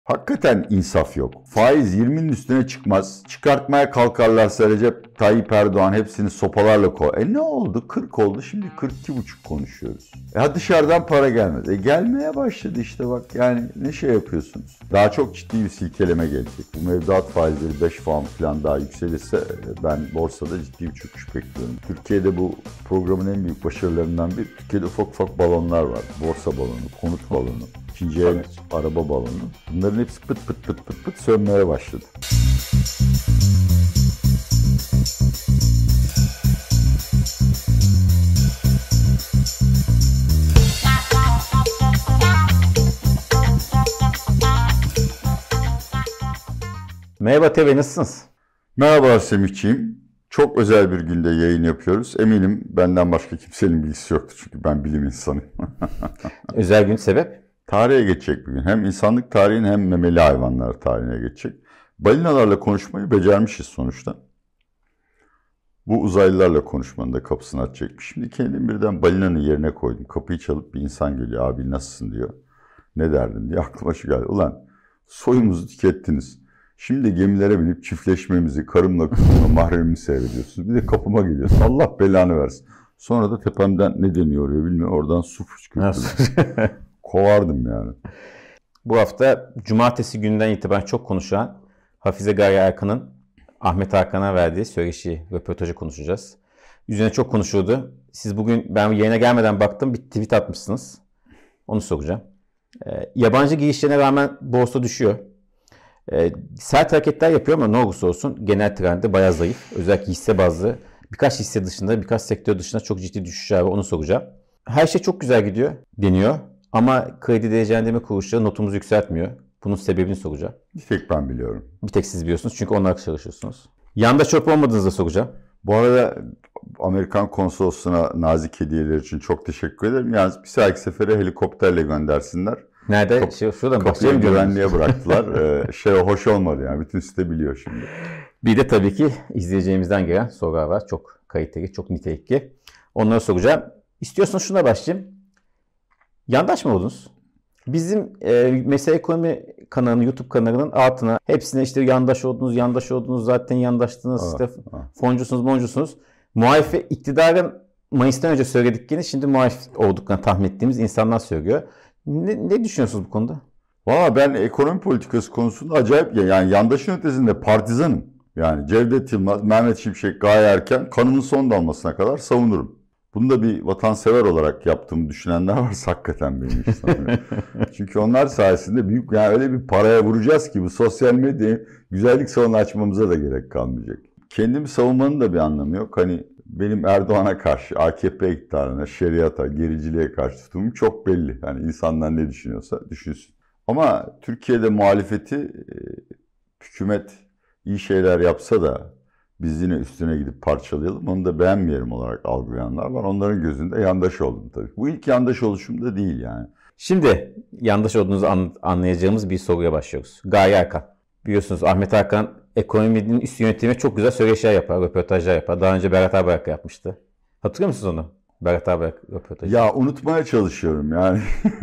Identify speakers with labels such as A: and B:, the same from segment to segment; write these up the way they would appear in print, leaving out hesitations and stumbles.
A: Hakikaten insaf yok. Faiz 20'nin üstüne çıkmaz. Çıkartmaya kalkarlarsa Recep Tayyip Erdoğan hepsini sopalarla koy. Ne oldu? 40 oldu. Şimdi 42,5 konuşuyoruz. Dışarıdan para gelmedi. Gelmeye başladı işte bak. Yani ne şey yapıyorsunuz? Daha çok ciddi bir silkeleme gelecek. Bu mevduat faizleri 5 falan daha yükselirse ben borsada ciddi bir çöküş bekliyorum. Türkiye'de bu programın en büyük başarılarından biri. Türkiye'de ufak balonlar var. Borsa balonu, konut balonu. İkinci el araba balonu. Bunların hepsi pıt pıt sönmeye başladı.
B: Merhaba TV, nasılsınız?
A: Merhaba Semihciğim. Çok özel bir günde yayın yapıyoruz. Eminim benden başka kimsenin bilgisi yoktur çünkü ben bilim insanıyım.
B: Özel gün sebep?
A: Tarihe geçecek bir gün. Hem insanlık tarihine hem memeli hayvanlar tarihine geçecek. Balinalarla konuşmayı becermişiz sonuçta. Bu uzaylılarla konuşmanın da kapısını açacakmış. Şimdi kendimi birden balinanın yerine koydum. Kapıyı çalıp bir insan geliyor. Abi nasılsın diyor. Ne derdim diye aklıma şu geldi. Ulan soyumuzu tükettiniz. Şimdi gemilere binip çiftleşmemizi, karımla kızımla mahremimi seyrediyorsunuz. Bir de kapıma geliyorsun. Allah belanı versin. Sonra da tepemden ne deniyor oraya bilmiyorum. Oradan su fışkırttım. Kovardım yani.
B: Bu hafta cumartesi günden itibaren çok konuşulan Hafize Gaye Erkan'ın Ahmet Hakan'a verdiği söyleşi, röportajı konuşacağız. Üzerine çok konuşuldu. Siz bugün, ben yayına gelmeden baktım, bir tweet atmışsınız. Onu soracağım. Yabancı girişlerine rağmen borsa düşüyor. Sert hareketler yapıyor ama ne olursa olsun genel trendi bayağı zayıf. Özellikle hisse bazlı birkaç hisse dışında, birkaç sektör dışında çok ciddi düşüşler var. Onu soracağım. Her şey çok güzel gidiyor deniyor. Ama kredi derecelendirme kuruluşları notumuzu yükseltmiyor. Bunun sebebini soracağım.
A: Bir tek ben biliyorum.
B: Bir tek siz biliyorsunuz çünkü onlarla çalışıyorsunuz. Yanda çöp olmadığınızı soracağım.
A: Bu arada Amerikan konsolosluğuna nazik hediyeler için çok teşekkür ederim. Yalnız bir sonraki sefere helikopterle göndersinler.
B: Nerede? Şuradan
A: kapıya güvenliğe bıraktılar. Hoş olmadı yani. Bütün site biliyor şimdi.
B: Bir de tabii ki izleyeceğimizden gelen sorular var. Çok kaliteli, çok nitelikli. Onları soracağım. İstiyorsanız şuna başlayayım. Yandaş mı oldunuz? Bizim Mesele Ekonomi kanalının, YouTube kanalının altına hepsine işte yandaş oldunuz, zaten yandaştınız, işte foncusunuz. Muhalif iktidarın Mayıs'tan önce söylediklerini şimdi muhalif olduklarını tahmin ettiğimiz insanlar söylüyor. Ne düşünüyorsunuz bu konuda?
A: Valla ben ekonomi politikası konusunda acayip yani yandaşın ötesinde partizanım. Yani Cevdet Yılmaz, Mehmet Şimşek, Gaye Erkan kanımın son damlasına kadar savunurum. Bunu da bir vatansever olarak yaptığımı düşünenler varsa hakikaten benim hiç sanmıyorum. Çünkü onlar sayesinde büyük yani öyle bir paraya vuracağız ki bu sosyal medyayı güzellik salonu açmamıza da gerek kalmayacak. Kendimi savunmanın da bir anlamı yok. Hani benim Erdoğan'a karşı, AKP iktidarına, şeriata, gericiliğe karşı tutumum çok belli. Yani insanlar ne düşünüyorsa düşünsün. Ama Türkiye'de muhalefeti hükümet iyi şeyler yapsa da biz yine üstüne gidip parçalayalım. Onu da beğenmeyelim olarak algılayanlar var. Onların gözünde yandaş oldum tabii. Bu ilk yandaş oluşum da değil yani.
B: Şimdi yandaş olduğunuzu anlayacağımız bir soruya başlıyoruz. Gaye Erkan. Biliyorsunuz Ahmet Hakan ekonominin üst yönetimine çok güzel söyleşiler yapar, röportajlar yapar. Daha önce Berat Albayrak yapmıştı. Hatırlıyor musunuz onu? Berat Albayrak röportajı.
A: Ya unutmaya çalışıyorum yani.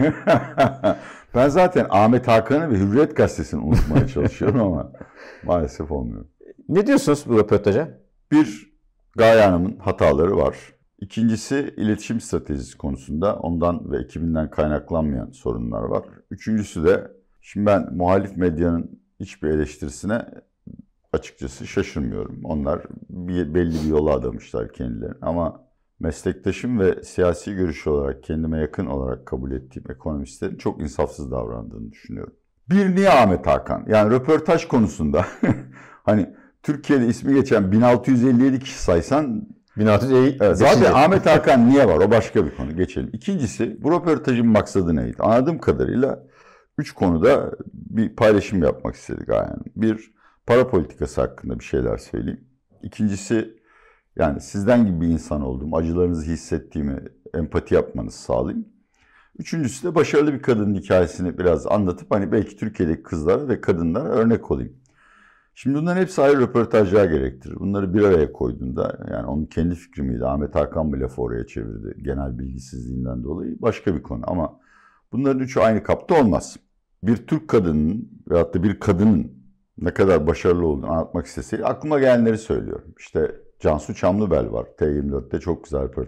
A: Ben zaten Ahmet Hakan'ı ve Hürriyet Gazetesi'ni unutmaya çalışıyorum ama maalesef olmuyor.
B: Ne diyorsunuz bu röportaja?
A: Bir, Gaye Hanım'ın hataları var. İkincisi iletişim stratejisi konusunda ondan ve ekibinden kaynaklanmayan sorunlar var. Üçüncüsü de şimdi ben muhalif medyanın hiçbir eleştirisine açıkçası şaşırmıyorum. Onlar belli bir yola adamışlar kendilerini ama meslektaşım ve siyasi görüşü olarak kendime yakın olarak kabul ettiğim ekonomistlerin çok insafsız davrandığını düşünüyorum. Bir, niye Ahmet Hakan? Yani röportaj konusunda hani Türkiye'de ismi geçen 1657 kişi saysan
B: 1650.
A: Evet, zaten Ahmet Hakan niye var? O başka bir konu. Geçelim. İkincisi bu röportajın maksadı neydi? Anladığım kadarıyla 3 konuda bir paylaşım yapmak istedik yani. Bir, para politikası hakkında bir şeyler söyleyeyim. İkincisi yani sizden gibi bir insan olduğum, acılarınızı hissettiğimi, empati yapmanızı sağlayayım. Üçüncüsü de başarılı bir kadının hikayesini biraz anlatıp hani belki Türkiye'deki kızlara ve kadınlara örnek olayım. Şimdi bunların hepsi ayrı röportajlar gerektirir. Bunları bir araya koyduğunda yani onun kendi fikri miydi? Ahmet Hakan bile lafı oraya çevirdi genel bilgisizliğinden dolayı. Başka bir konu ama bunların üçü aynı kapta olmaz. bir Türk kadının veyahut da bir kadının ne kadar başarılı olduğunu anlatmak isteseydi aklıma gelenleri söylüyorum. İşte Cansu Çamlıbel var. T24'te çok güzel bir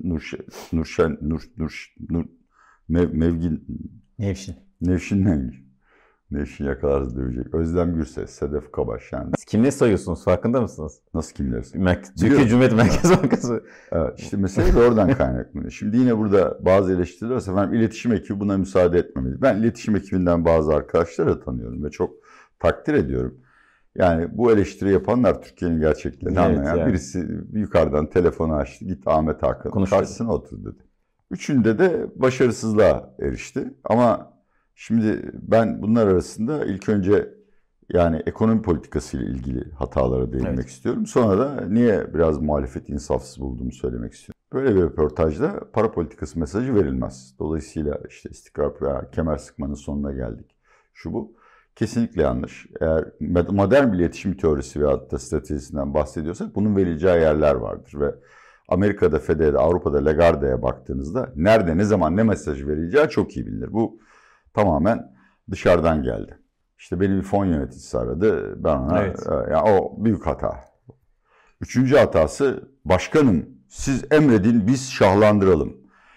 A: Nevşin Mengin. Nevşin yakalarız dövecek. Özlem Gürses, Sedef Kabaş yani.
B: Siz kimleri sayıyorsunuz? Farkında mısınız?
A: Nasıl kimleri?
B: Türkiye Cumhuriyet Merkez Bankası.
A: Evet, işte mesele de oradan kaynaklanıyor. Şimdi yine burada bazı eleştiriler var. Efendim iletişim ekibi buna müsaade etmemeli. Ben iletişim ekibinden bazı arkadaşları tanıyorum ve çok takdir ediyorum. Yani bu eleştiri yapanlar Türkiye'nin gerçeklerini anlayan. Yani. Birisi yukarıdan telefonu açtı. Git Ahmet Hakan'ın karşısına otur dedi. Üçünde de başarısızlığa erişti. Ama şimdi ben bunlar arasında ilk önce yani ekonomi politikası ile ilgili hatalara değinmek istiyorum. Sonra da niye biraz muhalefet insafsız bulduğumu söylemek istiyorum. Böyle bir röportajda para politikası mesajı verilmez. Dolayısıyla işte istikrar veya kemer sıkmanın sonuna geldik. Şu bu. Kesinlikle yanlış. Eğer modern bir iletişim teorisi veya da stratejisinden bahsediyorsak bunun verileceği yerler vardır ve Amerika'da Fed'e, Avrupa'da Lagarde'ye baktığınızda nerede, ne zaman, ne mesaj verileceği çok iyi bilinir. Bu tamamen dışarıdan geldi. İşte beni bir fon yöneticisi aradı. Ben ona, yani o büyük hata. Üçüncü hatası, başkanım siz emredin biz şahlandıralım.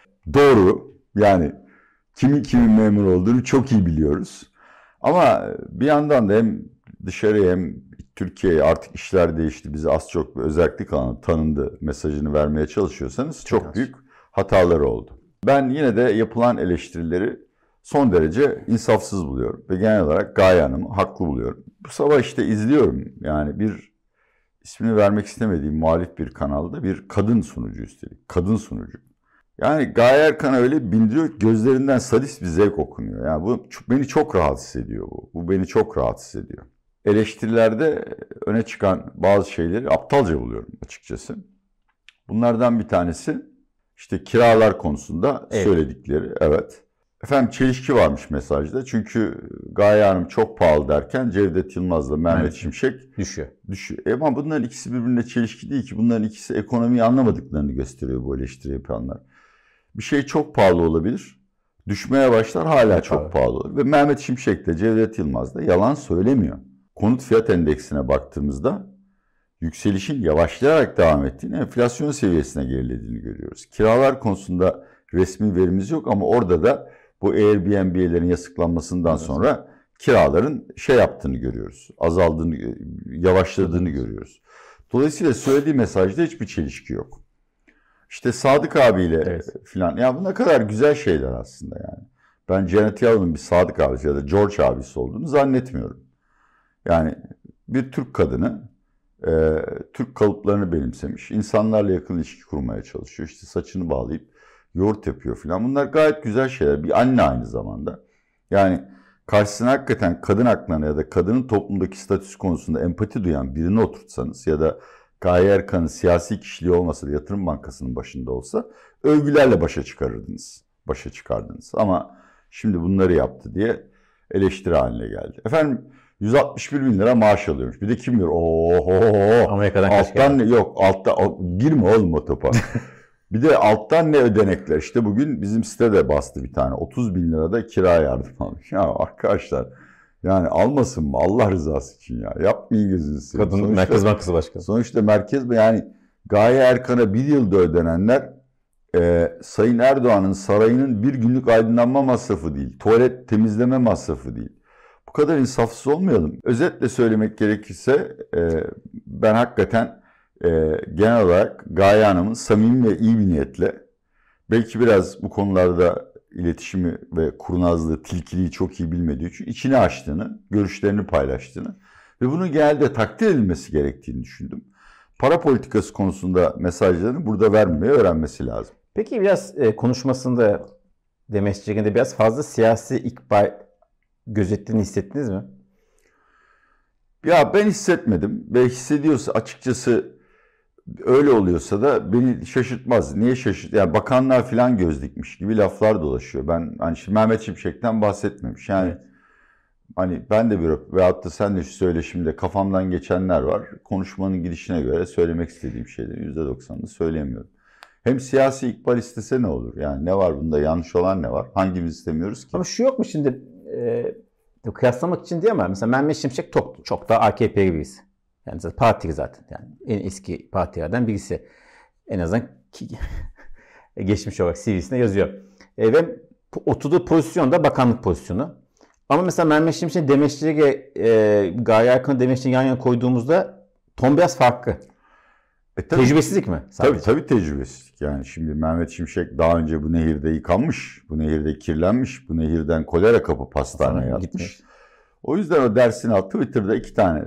A: Doğru. Yani kimin memur olduğunu çok iyi biliyoruz. Ama bir yandan da hem dışarıya hem Türkiye'ye artık işler değişti. Bize az çok bir özellik alanı tanındı mesajını vermeye çalışıyorsanız çok büyük hataları oldu. Ben yine de yapılan eleştirileri son derece insafsız buluyorum. Ve genel olarak Gaye Hanım'ı haklı buluyorum. Bu sabah işte izliyorum. Yani bir ismini vermek istemediğim muhalif bir kanalda bir kadın sunucu üstelik. Kadın sunucu. Yani Gaye Erkan'a öyle bindiriyor gözlerinden sadist bir zevk okunuyor. Yani bu beni çok rahatsız ediyor bu. Bu beni çok rahatsız ediyor. Eleştirilerde öne çıkan bazı şeyleri aptalca buluyorum açıkçası. Bunlardan bir tanesi işte kiralar konusunda söyledikleri. Evet. Efendim çelişki varmış mesajda. Çünkü Gaye Hanım çok pahalı derken Cevdet Yılmaz'la Mehmet Şimşek düşüyor. Ama bunların ikisi birbirine çelişki değil ki. Bunların ikisi ekonomiyi anlamadıklarını gösteriyor bu eleştiri yapanlar. Bir şey çok pahalı olabilir. Düşmeye başlar hala çok pahalı olur. Ve Mehmet Şimşek de Cevdet Yılmaz da yalan söylemiyor. Konut fiyat endeksine baktığımızda yükselişin yavaşlayarak devam ettiğini, enflasyon seviyesine gerilediğini görüyoruz. Kiralar konusunda resmi verimiz yok ama orada da bu Airbnb'lerin yasaklanmasından sonra kiraların yaptığını görüyoruz. Azaldığını, yavaşladığını görüyoruz. Dolayısıyla söylediği mesajda hiçbir çelişki yok. İşte Sadık abiyle filan. Ya bu ne kadar güzel şeyler aslında yani. Ben Janet Yellen'ın bir Sadık abisi ya da George abisi olduğunu zannetmiyorum. Yani bir Türk kadını Türk kalıplarını benimsemiş. İnsanlarla yakın ilişki kurmaya çalışıyor. İşte saçını bağlayıp yoğurt yapıyor filan. Bunlar gayet güzel şeyler. Bir anne aynı zamanda. Yani karşısına hakikaten kadın haklarına ya da kadının toplumdaki statüsü konusunda empati duyan birini oturtsanız ya da Gaye Erkan'ın siyasi kişiliği olmasa da Yatırım Bankası'nın başında olsa övgülerle başa çıkardınız. Ama şimdi bunları yaptı diye eleştiri haline geldi. Efendim 161 bin lira maaş alıyormuş. Bir de kim diyor?
B: Amerika'dan
A: alttan yok. Girme oğlum o topa. Bir de alttan ne ödenekler? İşte bugün bizim sitede bastı bir tane. 30 bin lirada kira yardım almış. Ya arkadaşlar yani almasın mı Allah rızası için ya? Yapmayın gözünü seveyim.
B: Kadın Merkez Bankası Başkanı.
A: Sonuçta yani Gaye Erkan'a bir yılda ödenenler Sayın Erdoğan'ın sarayının bir günlük aydınlanma masrafı değil. Tuvalet temizleme masrafı değil. Bu kadar insafsız olmayalım. Özetle söylemek gerekirse ben hakikaten genel olarak Gaye Hanım'ın samimi ve iyi bir niyetle belki biraz bu konularda iletişimi ve kurnazlığı, tilkiliği çok iyi bilmediği için içini açtığını, görüşlerini paylaştığını ve bunun genelde takdir edilmesi gerektiğini düşündüm. Para politikası konusunda mesajlarını burada vermemeyi öğrenmesi lazım.
B: Peki biraz konuşmasında demeçlerinde biraz fazla siyasi ikbal gözettiğini hissettiniz mi?
A: Ya ben hissetmedim ve hissediyorsa açıkçası öyle oluyorsa da beni şaşırtmaz. Niye yani bakanlar falan göz dikmiş gibi laflar dolaşıyor. Ben hani şimdi Mehmet Şimşek'ten bahsetmemiş. Yani hani ben de veyahut da sen de şu söyleşimde kafamdan geçenler var. Konuşmanın gidişine göre söylemek istediğim şeylerin %90'ını söyleyemiyorum. Hem siyasi ikbal istese ne olur? Yani ne var bunda yanlış olan ne var? Hangimiz istemiyoruz ki?
B: Ama şu yok mu şimdi Kıyaslamak için değil ama mesela Mehmet Şimşek çok daha AKP'li birisi. Yani zaten partili zaten. Yani en eski partilerden birisi. En azından geçmiş olarak CV'sine yazıyor. Ve oturduğu pozisyon da bakanlık pozisyonu. Ama mesela Mehmet Şimşek'in demeçleri Gaye Erkan'ın demeçlerini yan yana koyduğumuzda ton biraz farklı. Tecrübesizlik mi?
A: Tabii tecrübesizlik. Yani şimdi Mehmet Şimşek daha önce bu nehirde yıkanmış, bu nehirde kirlenmiş, bu nehirden kolera kapıp hastaneye yatmış. O yüzden o dersini aldı. Twitter'da 2 tane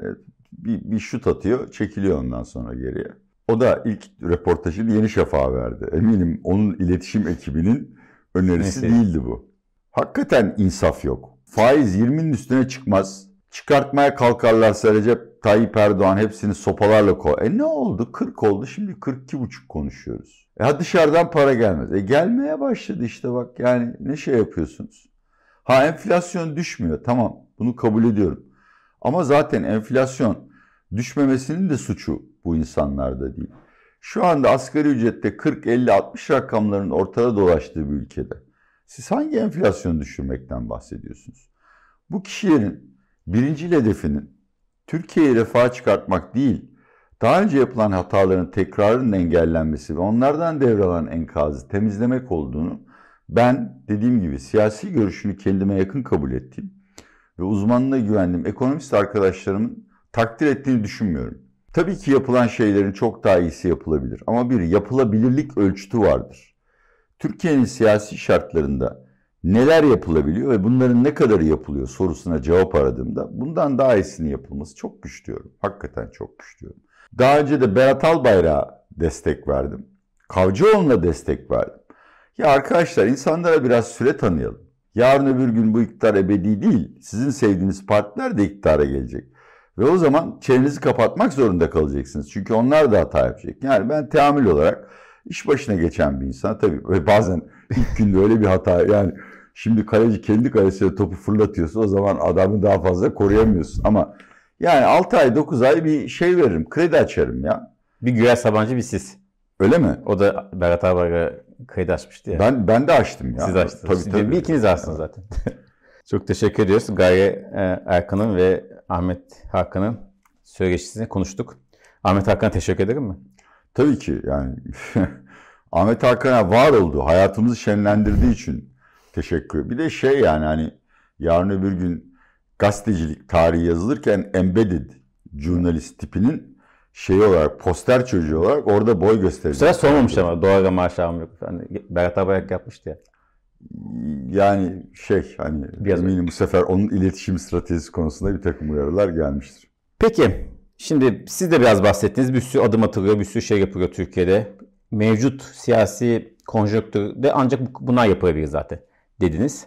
A: bir şut atıyor, çekiliyor ondan sonra geriye. O da ilk röportajını Yeni Şafak'a verdi. Eminim onun iletişim ekibinin önerisi değildi bu. Hakikaten insaf yok. Faiz 20'nin üstüne çıkmaz. Çıkartmaya kalkarlarsa Recep Tayyip Erdoğan hepsini sopalarla ne oldu? 40 oldu. Şimdi 42,5 konuşuyoruz. Dışarıdan para gelmez. Gelmeye başladı işte bak yani ne şey yapıyorsunuz. Enflasyon düşmüyor. Tamam bunu kabul ediyorum. Ama zaten enflasyon düşmemesinin de suçu bu insanlarda değil. Şu anda asgari ücrette 40, 50, 60 rakamların ortada dolaştığı bir ülkede siz hangi enflasyonu düşürmekten bahsediyorsunuz? Bu kişilerin birincil hedefinin Türkiye'yi refaha çıkartmak değil, daha önce yapılan hataların tekrarının engellenmesi ve onlardan devralan enkazı temizlemek olduğunu ben dediğim gibi siyasi görüşünü kendime yakın kabul ettiğim ve uzmanlığına güvendiğim ekonomist arkadaşlarımın takdir ettiğini düşünmüyorum. Tabii ki yapılan şeylerin çok daha iyisi yapılabilir ama bir yapılabilirlik ölçütü vardır. Türkiye'nin siyasi şartlarında neler yapılabiliyor ve bunların ne kadarı yapılıyor sorusuna cevap aradığımda bundan daha iyisini yapılması çok güç diyorum. Hakikaten çok güç diyorum. Daha önce de Berat Albayrak'a destek verdim. Kavcıoğlu'na destek verdim. Ya arkadaşlar insanlara biraz süre tanıyalım. Yarın öbür gün bu iktidar ebedi değil. Sizin sevdiğiniz partiler de iktidara gelecek. Ve o zaman çenenizi kapatmak zorunda kalacaksınız. Çünkü onlar da hata yapacak. Yani ben teamül olarak iş başına geçen bir insan. Tabii bazen ilk günde öyle bir hata yani şimdi kaleci kendi kalesine topu fırlatıyorsa o zaman adamı daha fazla koruyamıyorsun. Ama yani 6 ay 9 ay bir şey veririm. Kredi açarım ya.
B: Bir Güler Sabancı bir siz.
A: Öyle mi?
B: O da Berat Albayrak'a kredi açmıştı ya.
A: Ben de açtım ya.
B: Siz açtınız.
A: Tabii.
B: Bir ikiniz açtınız zaten. Çok teşekkür ediyoruz. Gaye Erkan'ın ve Ahmet Hakan'ın söyleşisini konuştuk. Ahmet Hakan'a teşekkür ederim mi?
A: Tabii ki yani Ahmet Hakan'a var olduğu, hayatımızı şenlendirdiği için teşekkür ederim. Bir de yani hani yarın öbür gün gazetecilik tarihi yazılırken embedded journalist tipinin olarak, poster çocuğu olarak orada boy gösterecek.
B: Bu sefer sormamış ama doğal maaş alım yok. Hani Berat Albayrak yapmıştı ya.
A: Yani hani biraz eminim bu sefer onun iletişim stratejisi konusunda bir takım uyarılar gelmiştir.
B: Peki şimdi siz de biraz bahsettiniz. Bir sürü adım atılıyor, bir sürü şey yapılıyor Türkiye'de. Mevcut siyasi konjonktürde ancak bunlar yapılabilir zaten dediniz.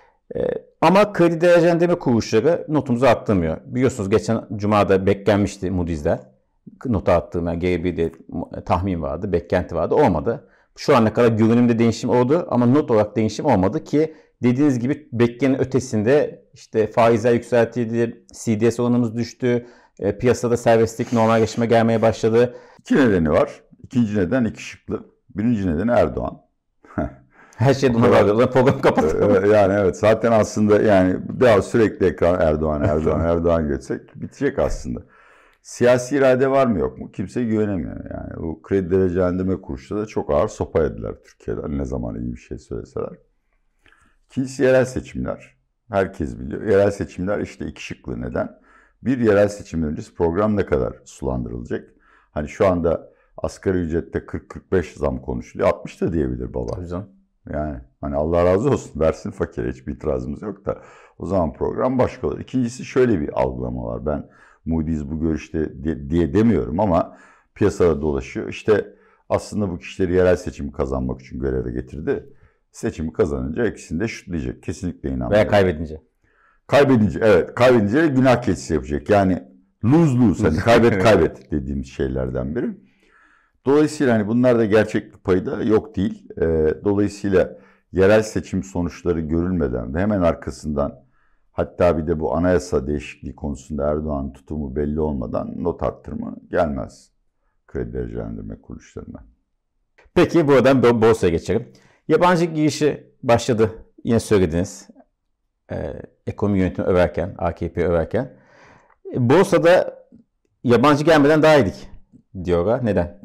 B: Ama kredi derecelendirme kuruluşları notumuzu arttırmıyor. Biliyorsunuz geçen Cuma'da beklenmişti Moody's'de. Nota attığım yani geri bir de tahmin vardı, beklenti vardı. Olmadı. Şu ana kadar görünümde değişim oldu ama not olarak değişim olmadı ki dediğiniz gibi beklenenin ötesinde işte faizler yükseltildi, CDS oranımız düştü, piyasada serbestlik normalleşme gelmeye başladı.
A: 2 nedeni var. İkinci neden 2 şıklı. Birinci nedeni Erdoğan.
B: Her şey buna vardı. Program kapattı.
A: Yani evet zaten aslında yani daha sürekli ekran Erdoğan geçsek bitecek aslında. Siyasi irade var mı yok mu? Kimse güvenemiyor. Yani bu kredi derecelendirme kuruluşları da çok ağır sopa yediler Türkiye'den ne zaman iyi bir şey söyleseler. İkincisi yerel seçimler. Herkes biliyor. Yerel seçimler işte 2 şıklı neden. Bir, yerel seçimden öncesi program ne kadar sulandırılacak? Hani şu anda asgari ücrette 40-45 zam konuşuluyor. 60 da diyebilir baba.
B: Güzel.
A: Yani hani Allah razı olsun versin fakire hiçbir itirazımız yok da o zaman program başka olur. İkincisi şöyle bir algılama var. Ben Moody's bu görüşte diye demiyorum ama piyasada dolaşıyor. İşte aslında bu kişileri yerel seçimi kazanmak için göreve getirdi. Seçimi kazanınca ikisini de şutlayacak. Kesinlikle inanmıyorum.
B: Veya kaybedince.
A: Kaybedince günah keçisi yapacak. Yani lose. Hani kaybet dediğimiz şeylerden biri. Dolayısıyla hani bunlarda gerçeklik payı da yok değil. Dolayısıyla yerel seçim sonuçları görülmeden ve hemen arkasından hatta bir de bu anayasa değişikliği konusunda Erdoğan'ın tutumu belli olmadan not arttırma gelmez kredi derecelendirme kuruluşlarına.
B: Peki buradan borsaya geçelim. Yabancı girişi başladı. Yine söylediniz. Ekonomi yönetimi överken, AKP'yi överken. Borsada yabancı gelmeden daha iyiydik diyorlar. Neden?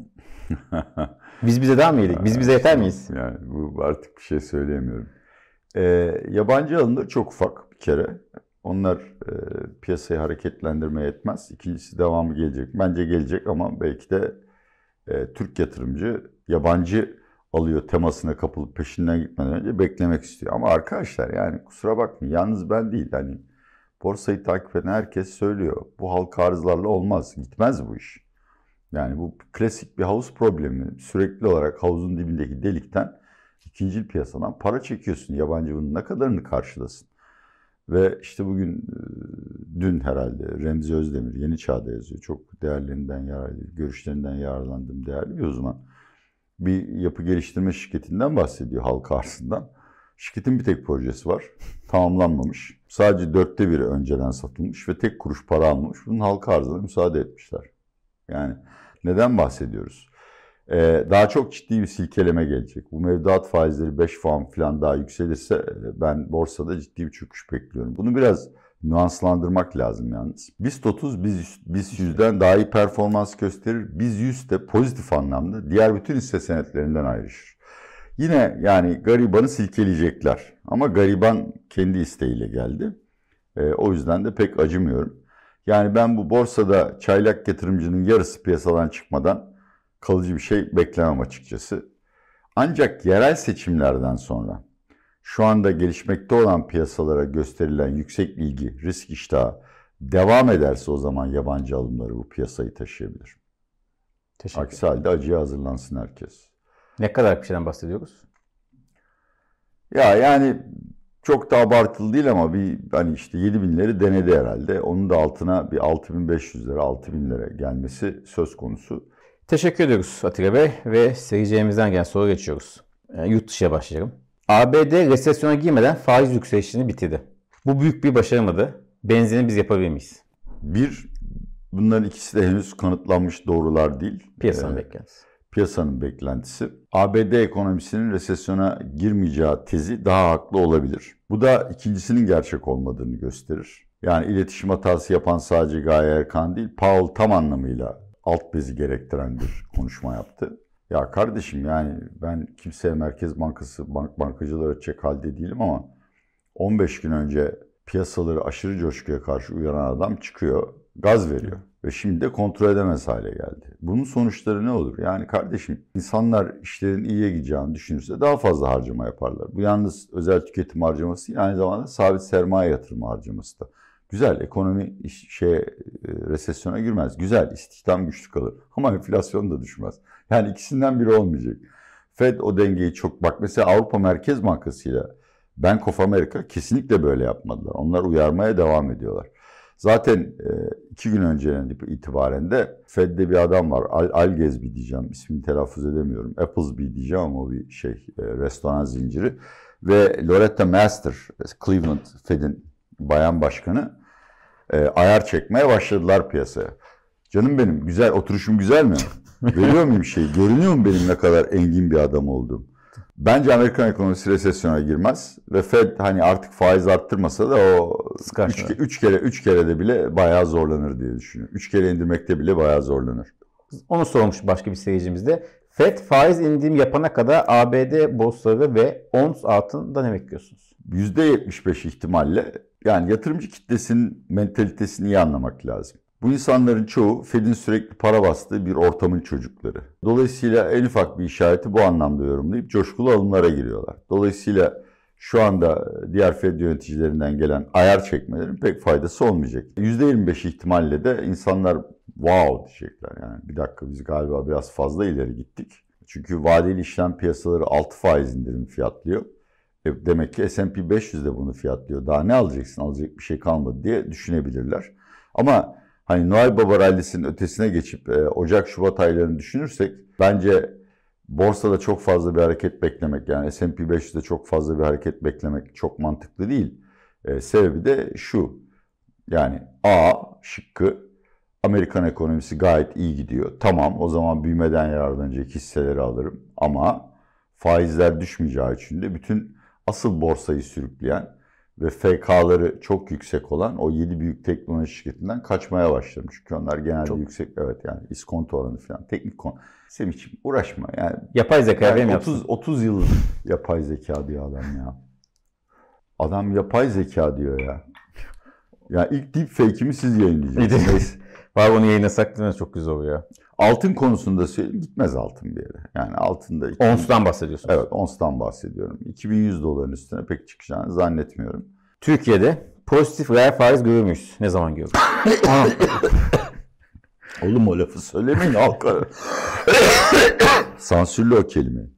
B: Biz bize daha mı iyiydik? Biz bize yeter miyiz?
A: Yani bu artık bir şey söyleyemiyorum. Yabancı alımları çok ufak bir kere. Onlar piyasayı hareketlendirmeye yetmez. İkincisi devamı gelecek. Bence gelecek ama belki de Türk yatırımcı yabancı alıyor temasına kapılıp peşinden gitmeden önce beklemek istiyor. Ama arkadaşlar yani kusura bakmayın yalnız ben değil. Hani borsayı takip eden herkes söylüyor. Bu halka arzlarla olmaz. Gitmez bu iş. Yani bu klasik bir havuz problemi. Sürekli olarak havuzun dibindeki delikten ikincil piyasadan para çekiyorsun. Yabancı bunun ne kadarını karşılasın. Ve işte bugün, dün herhalde Remzi Özdemir Yeni Çağ'da yazıyor. Çok değerlerinden, görüşlerinden yararlandığım değerli bir uzman. Bir yapı geliştirme şirketinden bahsediyor, halka arzından. Şirketin bir tek projesi var. Tamamlanmamış. Sadece 1/4 önceden satılmış ve tek kuruş para almamış. Bunun halka arzına müsaade etmişler. Yani neden bahsediyoruz? Daha çok ciddi bir silkeleme gelecek. Bu mevduat faizleri 5 puan falan daha yükselirse ben borsada ciddi bir çöküş bekliyorum. Bunu biraz nüanslandırmak lazım yalnız. BIST 30 BIST 100'den daha iyi performans gösterir. BIST 100 de pozitif anlamda diğer bütün hisse senetlerinden ayrışır. Yine yani garibanı silkeleyecekler. Ama gariban kendi isteğiyle geldi. O yüzden de pek acımıyorum. Yani ben bu borsada çaylak yatırımcının yarısı piyasadan çıkmadan kalıcı bir şey beklemem açıkçası. Ancak yerel seçimlerden sonra şu anda gelişmekte olan piyasalara gösterilen yüksek ilgi, risk iştahı devam ederse o zaman yabancı alımları bu piyasayı taşıyabilir. Aksi halde acıya hazırlansın herkes.
B: Ne kadar bir şeyden bahsediyoruz?
A: Ya yani çok da abartılı değil ama bir hani işte 7.000'leri denedi herhalde. Onun da altına bir 6.500 lira, 6.000 lira gelmesi söz konusu.
B: Teşekkür ediyoruz Atilla Bey ve seyircilerimizden gelen soru geçiyoruz. Yurt dışıya başlayalım. ABD resesyona girmeden faiz yükselişini bitirdi. Bu büyük bir başarı mıdır? Benzerini biz yapabilir miyiz?
A: Bunların ikisi de henüz kanıtlanmış doğrular değil.
B: Piyasanın beklentisi.
A: Piyasanın beklentisi. ABD ekonomisinin resesyona girmeyeceği tezi daha haklı olabilir. Bu da ikincisinin gerçek olmadığını gösterir. Yani iletişim hatası yapan sadece Gaye Erkan değil, Powell tam anlamıyla alt bezi gerektiren bir konuşma yaptı. Ya kardeşim yani ben kimseye Merkez Bankası, bankacılar açacak halde değilim ama 15 gün önce piyasaları aşırı coşkuya karşı uyaran adam çıkıyor, gaz veriyor. Ve şimdi de kontrol edemez hale geldi. Bunun sonuçları ne olur? Yani kardeşim insanlar işlerin iyiye gideceğini düşünürse daha fazla harcama yaparlar. Bu yalnız özel tüketim harcaması değil, aynı zamanda sabit sermaye yatırımı harcaması da. Güzel, ekonomi resesyona girmez. Güzel, istihdam güçlü kalır. Ama enflasyon da düşmez. Yani ikisinden biri olmayacak. Fed o dengeyi bak mesela Avrupa Merkez Bankası ile Bank of America kesinlikle böyle yapmadılar. Onlar uyarmaya devam ediyorlar. Zaten 2 gün önceden itibaren de Fed'de bir adam var. Algezbi diyeceğim. İsmini telaffuz edemiyorum. Applesby diyeceğim ama o bir restoran zinciri. Ve Loretta Master, Cleveland Fed'in bayan başkanı ayar çekmeye başladılar piyasaya. Canım benim, güzel, oturuşum güzel mi? Görüyor muyum görünüyor mu benim ne kadar engin bir adam olduğum? Bence Amerikan ekonomisi resesyona girmez ve Fed hani artık faiz arttırmasa da o 3 kere de bile bayağı zorlanır diye düşünüyorum. 3 kere indirmekte bile bayağı zorlanır.
B: Onu sormuş başka bir seyircimiz de. Fed faiz indirim yapana kadar ABD borsaları ve ons altında ne bekliyorsunuz?
A: %75 ihtimalle yani yatırımcı kitlesinin mentalitesini iyi anlamak lazım. Bu insanların çoğu Fed'in sürekli para bastığı bir ortamın çocukları. Dolayısıyla en ufak bir işareti bu anlamda yorumlayıp coşkulu alımlara giriyorlar. Dolayısıyla şu anda diğer Fed yöneticilerinden gelen ayar çekmelerin pek faydası olmayacak. %25 ihtimalle de insanlar wow diyecekler. Yani bir dakika biz galiba biraz fazla ileri gittik. Çünkü vadeli işlem piyasaları 6 faiz indirim fiyatlıyor. Demek ki S&P 500 de bunu fiyatlıyor. Daha ne alacaksın? Alacak bir şey kalmadı diye düşünebilirler. Ama hani Noel Baba rallisinin ötesine geçip Ocak-Şubat aylarını düşünürsek bence borsada çok fazla bir hareket beklemek yani S&P 500'de çok fazla bir hareket beklemek çok mantıklı değil. Sebebi de şu yani A şıkkı Amerikan ekonomisi gayet iyi gidiyor. Tamam o zaman büyümeden yararlanacak hisseleri alırım ama faizler düşmeyeceği için de bütün asıl borsayı sürükleyen ve FK'ları çok yüksek olan o 7 büyük teknoloji şirketinden kaçmaya başladım. Çünkü onlar genelde
B: Çok
A: yüksek, evet, yani iskonto oranı falan, teknik konu. Senin için uğraşma yani.
B: Yapay zeka
A: Yani
B: benim yapsın.
A: 30 yıl yapay zeka diyor adam ya. Adam yapay zeka diyor ya. Yani ilk deepfake'imi siz yayınlayacaksınız. Neyse.
B: Var, onu yayınlasak değil mi? Çok güzel oluyor.
A: Altın konusunda söyleyeyim, gitmez altın bir yere. Yani altında...
B: Ons'tan bahsediyorsunuz.
A: Evet, ons'tan bahsediyorum. 2100 doların üstüne pek çıkacağını zannetmiyorum.
B: Türkiye'de pozitif reel faiz görür müyüz? Ne zaman görürüz?
A: Oğlum o lafı söylemeyin halka. Sansürlü o kelimeyi.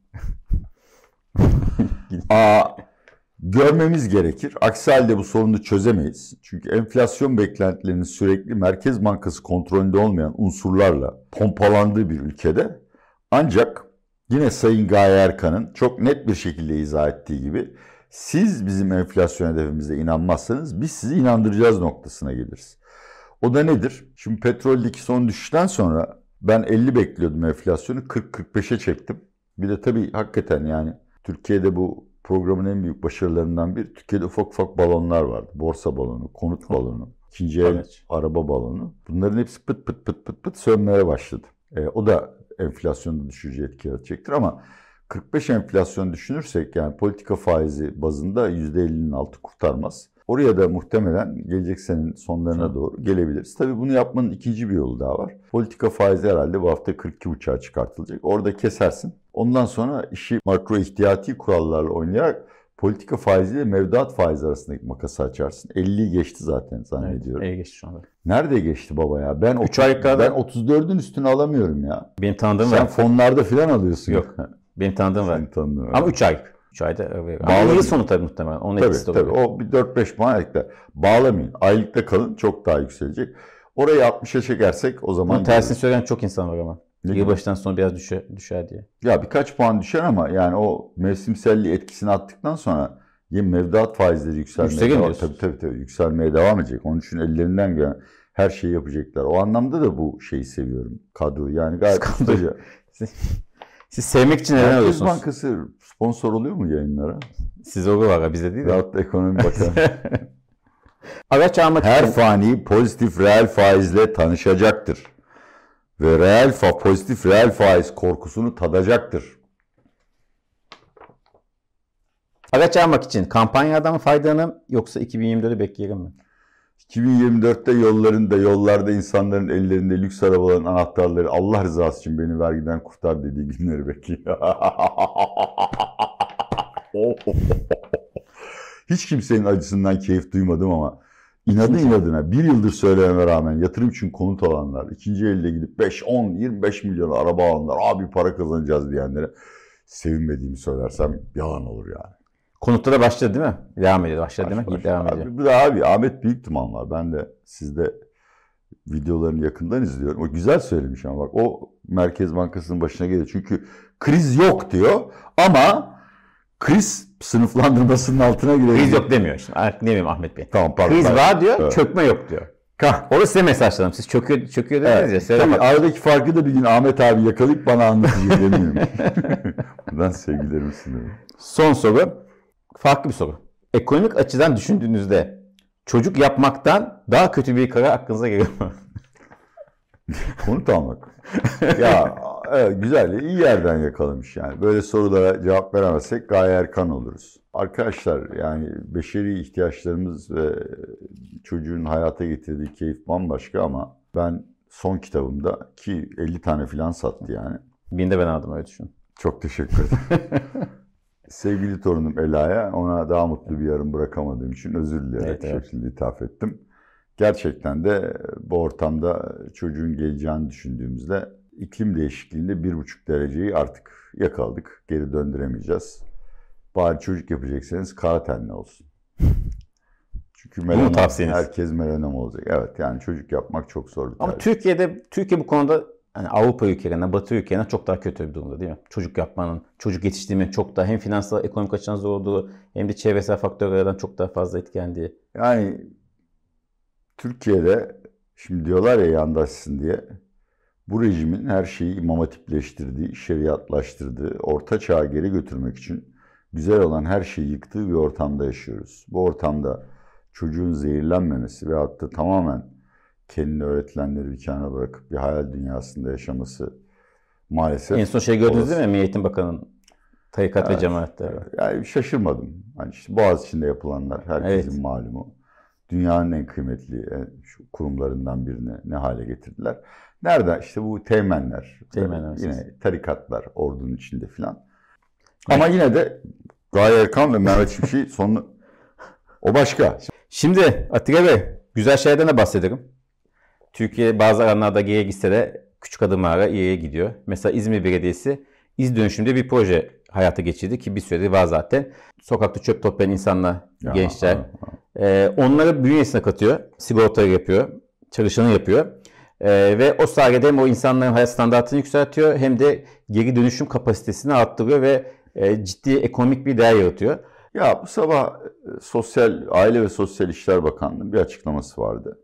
A: Görmemiz gerekir. Aksi halde bu sorunu çözemeyiz. Çünkü enflasyon beklentilerinin sürekli Merkez Bankası kontrolünde olmayan unsurlarla pompalandığı bir ülkede, ancak yine Sayın Gaye Erkan'ın çok net bir şekilde izah ettiği gibi, siz bizim enflasyon hedefimize inanmazsanız biz sizi inandıracağız noktasına geliriz. O da nedir? Şimdi petroldeki son düşüşten sonra ben 50 bekliyordum enflasyonu, 40-45'e çektim. Bir de tabii hakikaten yani Türkiye'de bu programın en büyük başarılarından biri, Türkiye'de ufak ufak balonlar vardı. Borsa balonu, konut balonu, ikinci el araba balonu. Bunların hepsi pıt pıt pıt pıt pıt sönmeye başladı. O da enflasyonda düşürücü etki yaratacaktır ama 45 enflasyon düşünürsek, yani politika faizi bazında %50'nin altı kurtarmaz. Oraya da muhtemelen gelecek senenin sonlarına doğru gelebiliriz. Tabii bunu yapmanın ikinci bir yolu daha var. Politika faizi herhalde bu hafta 42,5'a çıkartılacak. Orada kesersin. Ondan sonra işi makro ihtiyati kurallarla oynayarak politika faiziyle mevduat faizi arasındaki makası açarsın. 50'yi geçti zaten zannediyorum.
B: Evet, geçti şu anda.
A: Nerede geçti baba ya? Ben 34'ün üstüne alamıyorum ya.
B: Benim tanıdığım var.
A: Sen fonlarda falan alıyorsun.
B: Yok. Benim tanıdığım var.
A: Var.
B: Ama 3 ay. 3 ayda. Ama yıl sonu tabii muhtemelen. Onun etkisi de
A: tabii. O bir 4-5 puan ekler. Bağlamayın. Aylıkta kalın, çok daha yükselecek. Orayı 60'a çekersek o zaman...
B: Bunun tersini söyleyen çok insan var ama.
A: Ne
B: yılbaşından sonra biraz düşer diye.
A: Ya birkaç puan düşer ama yani o mevsimselliği etkisini attıktan sonra yine mevduat faizleri yükselmeye devam, tabii yükselmeye devam edecek. Onun için ellerinden gelen her şeyi yapacaklar. O anlamda da bu şeyi seviyorum. Kadroyu yani gayet ustaca.
B: Siz sevmek için neden alıyorsunuz?
A: Merkez Bankası sponsor oluyor mu yayınlara?
B: Siz oluyorlar, bize değil de.
A: Veyahut da ekonomi bakanı.
B: Araç almak
A: her fani pozitif reel faizle tanışacaktır. Ve pozitif reel faiz korkusunu tadacaktır.
B: Araç almak için kampanyadan mı faydalanım yoksa 2024'ü bekleyelim mi?
A: 2024'te yollarda insanların ellerinde lüks arabaların anahtarları, Allah rızası için beni vergiden kurtar dediği günleri bekliyor. Hiç kimsenin acısından keyif duymadım ama inadına bir yıldır söylememe rağmen yatırım için konut alanlar, ikinci elde gidip 5, 10, 25 milyon araba alanlar, abi para kazanacağız diyenlere sevinmediğimi söylersem yalan olur yani.
B: Konutta da başladı değil mi? Devam ediyor. Başladı değil mi? Devam ediyor.
A: Bu da abi Ahmet Büyüktuman var. Ben de sizde videolarını yakından izliyorum. O güzel söylemiş ama bak, o Merkez Bankası'nın başına geliyor. Çünkü kriz yok diyor ama kriz sınıflandırmasının altına giriyor.
B: Kriz yok demiyor şimdi. Ne diyeyim Ahmet Bey?
A: Tamam, pardon.
B: Kriz var diyor,
A: evet.
B: Çökme yok diyor. Orada size mesajladım. Siz çöküyor dediniz ya.
A: Tabii aradaki farkı da bir gün Ahmet abi yakalayıp bana anlatacak eminim. Buradan sevgilerimi sunuyorum.
B: Son soru. Farklı bir soru. Ekonomik açıdan düşündüğünüzde çocuk yapmaktan daha kötü bir karar aklınıza geliyor mu?
A: Konut almak. Ya evet, güzel, iyi yerden yakalamış yani. Böyle sorulara cevap veremezsek Gaye Erkan oluruz. Arkadaşlar yani beşeri ihtiyaçlarımız ve çocuğun hayata getirdiği keyif bambaşka ama ben son kitabımda, ki 50 tane falan sattı yani.
B: Birini de ben aldım, öyle düşün.
A: Çok teşekkür ederim. Sevgili torunum Ela'ya, ona daha mutlu bir yarın bırakamadığım için özür dileyerek bu şekilde ithaf ettim. Gerçekten de bu ortamda çocuğun geleceğini düşündüğümüzde iklim değişikliğinde 1,5 dereceyi artık yakaladık. Geri döndüremeyeceğiz. Bari çocuk yapacaksanız kara tenli olsun. Çünkü melanom, herkes melanom olacak. Evet, yani çocuk yapmak çok zor bir tercih.
B: Ama Türkiye bu konuda yani Avrupa ülkelerine, Batı ülkelerine çok daha kötü bir durumda değil mi? Çocuk yapmanın, çocuk yetiştirmenin çok daha hem finansal, ekonomik açıdan zor olduğu hem de çevresel faktörlerden çok daha fazla etkilendiği.
A: Yani Türkiye'de şimdi diyorlar ya yandaşsın diye, bu rejimin her şeyi imam hatipleştirdiği, şeriatlaştırdığı, orta çağı geri götürmek için güzel olan her şeyi yıktığı bir ortamda yaşıyoruz. Bu ortamda çocuğun zehirlenmemesi veyahut da tamamen kendine öğretilenleri bir kenara bırakıp bir hayal dünyasında yaşaması maalesef.
B: En son şey gördünüz değil mi? Milli Eğitim Bakanı'nın tarikat ve cemaatte.
A: Yani şaşırmadım. Hani işte Boğaziçi'nde yapılanlar herkesin malumu. Dünyanın en kıymetli şu kurumlarından birini ne hale getirdiler. Nerede? İşte bu teğmenler. Yine tarikatlar ordunun içinde filan. Ama yine de Gaye Erkan ve Mehmet Şimşek'in sonu o başka.
B: Şimdi Atilla Bey, güzel şeylerden de bahsedelim. Türkiye bazı alanlarda geriye gitse de küçük adımlarla ileriye gidiyor. Mesela İzmir Belediyesi İz Dönüşüm'de bir proje hayata geçirdi ki bir süredir var zaten. Sokakta çöp toplayan insanlar, gençler. Onları bünyesine katıyor. Sigortayı yapıyor. Çalışanı yapıyor. Ve o sayede hem o insanların hayat standartını yükseltiyor hem de geri dönüşüm kapasitesini arttırıyor ve ciddi ekonomik bir değer yaratıyor.
A: Ya bu sabah Aile ve Sosyal İşler Bakanlığı'nın bir açıklaması vardı.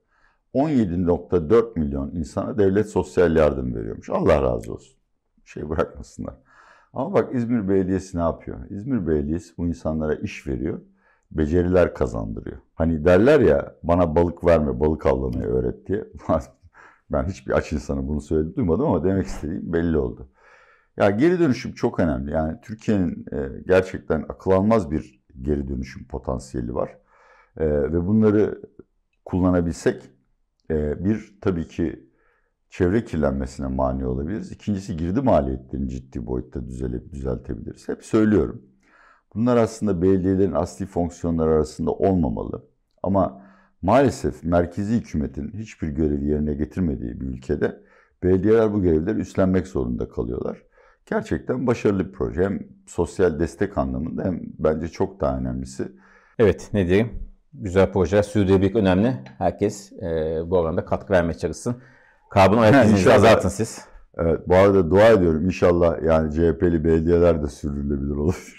A: 17.4 milyon insana devlet sosyal yardım veriyormuş. Allah razı olsun. Şey bırakmasınlar. Ama bak İzmir Belediyesi ne yapıyor? İzmir Belediyesi bu insanlara iş veriyor. Beceriler kazandırıyor. Hani derler ya bana balık verme, balık avlamayı öğret diye. Ben hiçbir aç insanı bunu söyledi duymadım ama demek istediğim belli oldu. Ya geri dönüşüm çok önemli. Yani Türkiye'nin gerçekten akıl almaz bir geri dönüşüm potansiyeli var. Ve bunları kullanabilsek bir tabii ki çevre kirlenmesine mani olabiliriz. İkincisi girdi maliyetlerini ciddi boyutta düzeltebiliriz. Hep söylüyorum. Bunlar aslında belediyelerin asli fonksiyonları arasında olmamalı. Ama maalesef merkezi hükümetin hiçbir görevi yerine getirmediği bir ülkede belediyeler bu görevleri üstlenmek zorunda kalıyorlar. Gerçekten başarılı bir proje. Hem sosyal destek anlamında hem bence çok daha önemlisi.
B: Evet, ne diyeyim? Güzel projeler, sürdürülebilirlik önemli. Herkes bu alanda katkı vermeye çalışsın. Karbon ayak izinizi azaltın siz.
A: Evet, bu arada dua ediyorum. İnşallah yani CHP'li belediyeler de sürdürülebilir olur.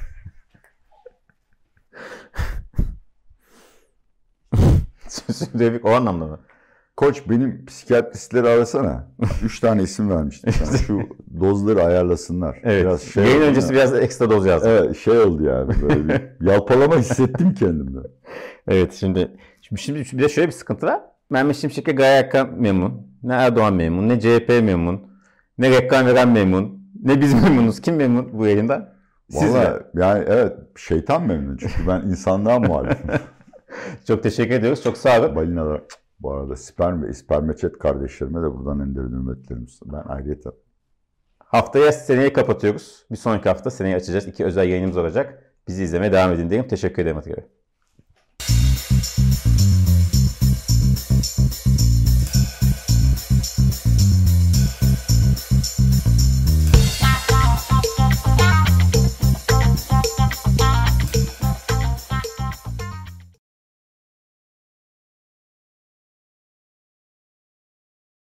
B: Sürdürülebilirlik o anlamda mı?
A: Koç benim psikiyatristleri arasana. 3 tane isim vermiştim. Yani şu dozları ayarlasınlar.
B: Evet.
A: Biraz
B: yayın öncesi biraz ekstra doz yazdım.
A: Evet, şey oldu yani. Böyle bir yalpalama hissettim kendimde.
B: Evet, şimdi bir de şöyle bir sıkıntı var. Mehmet Şimşek'e Gaye Erkan memnun. Ne Erdoğan memnun, ne CHP memnun, ne Reklam Veren memnun, ne biz memnunuz. Kim memnun bu yayında? Siz
A: Vallahi
B: mi?
A: yani evet şeytan memnun çünkü ben insanlığa muhalifim.
B: Çok teşekkür ediyoruz. Çok sağ olun.
A: Balinalar bu arada sperm ve ispermeçet kardeşlerime de buradan en derin hürmetlerimi sunuyorum. Ben ayrıyeten.
B: Haftaya seneyi kapatıyoruz. Bir sonraki hafta seneyi açacağız. 2 özel yayınımız olacak. Bizi izlemeye devam edin diyelim. Teşekkür ederim Atilla Bey.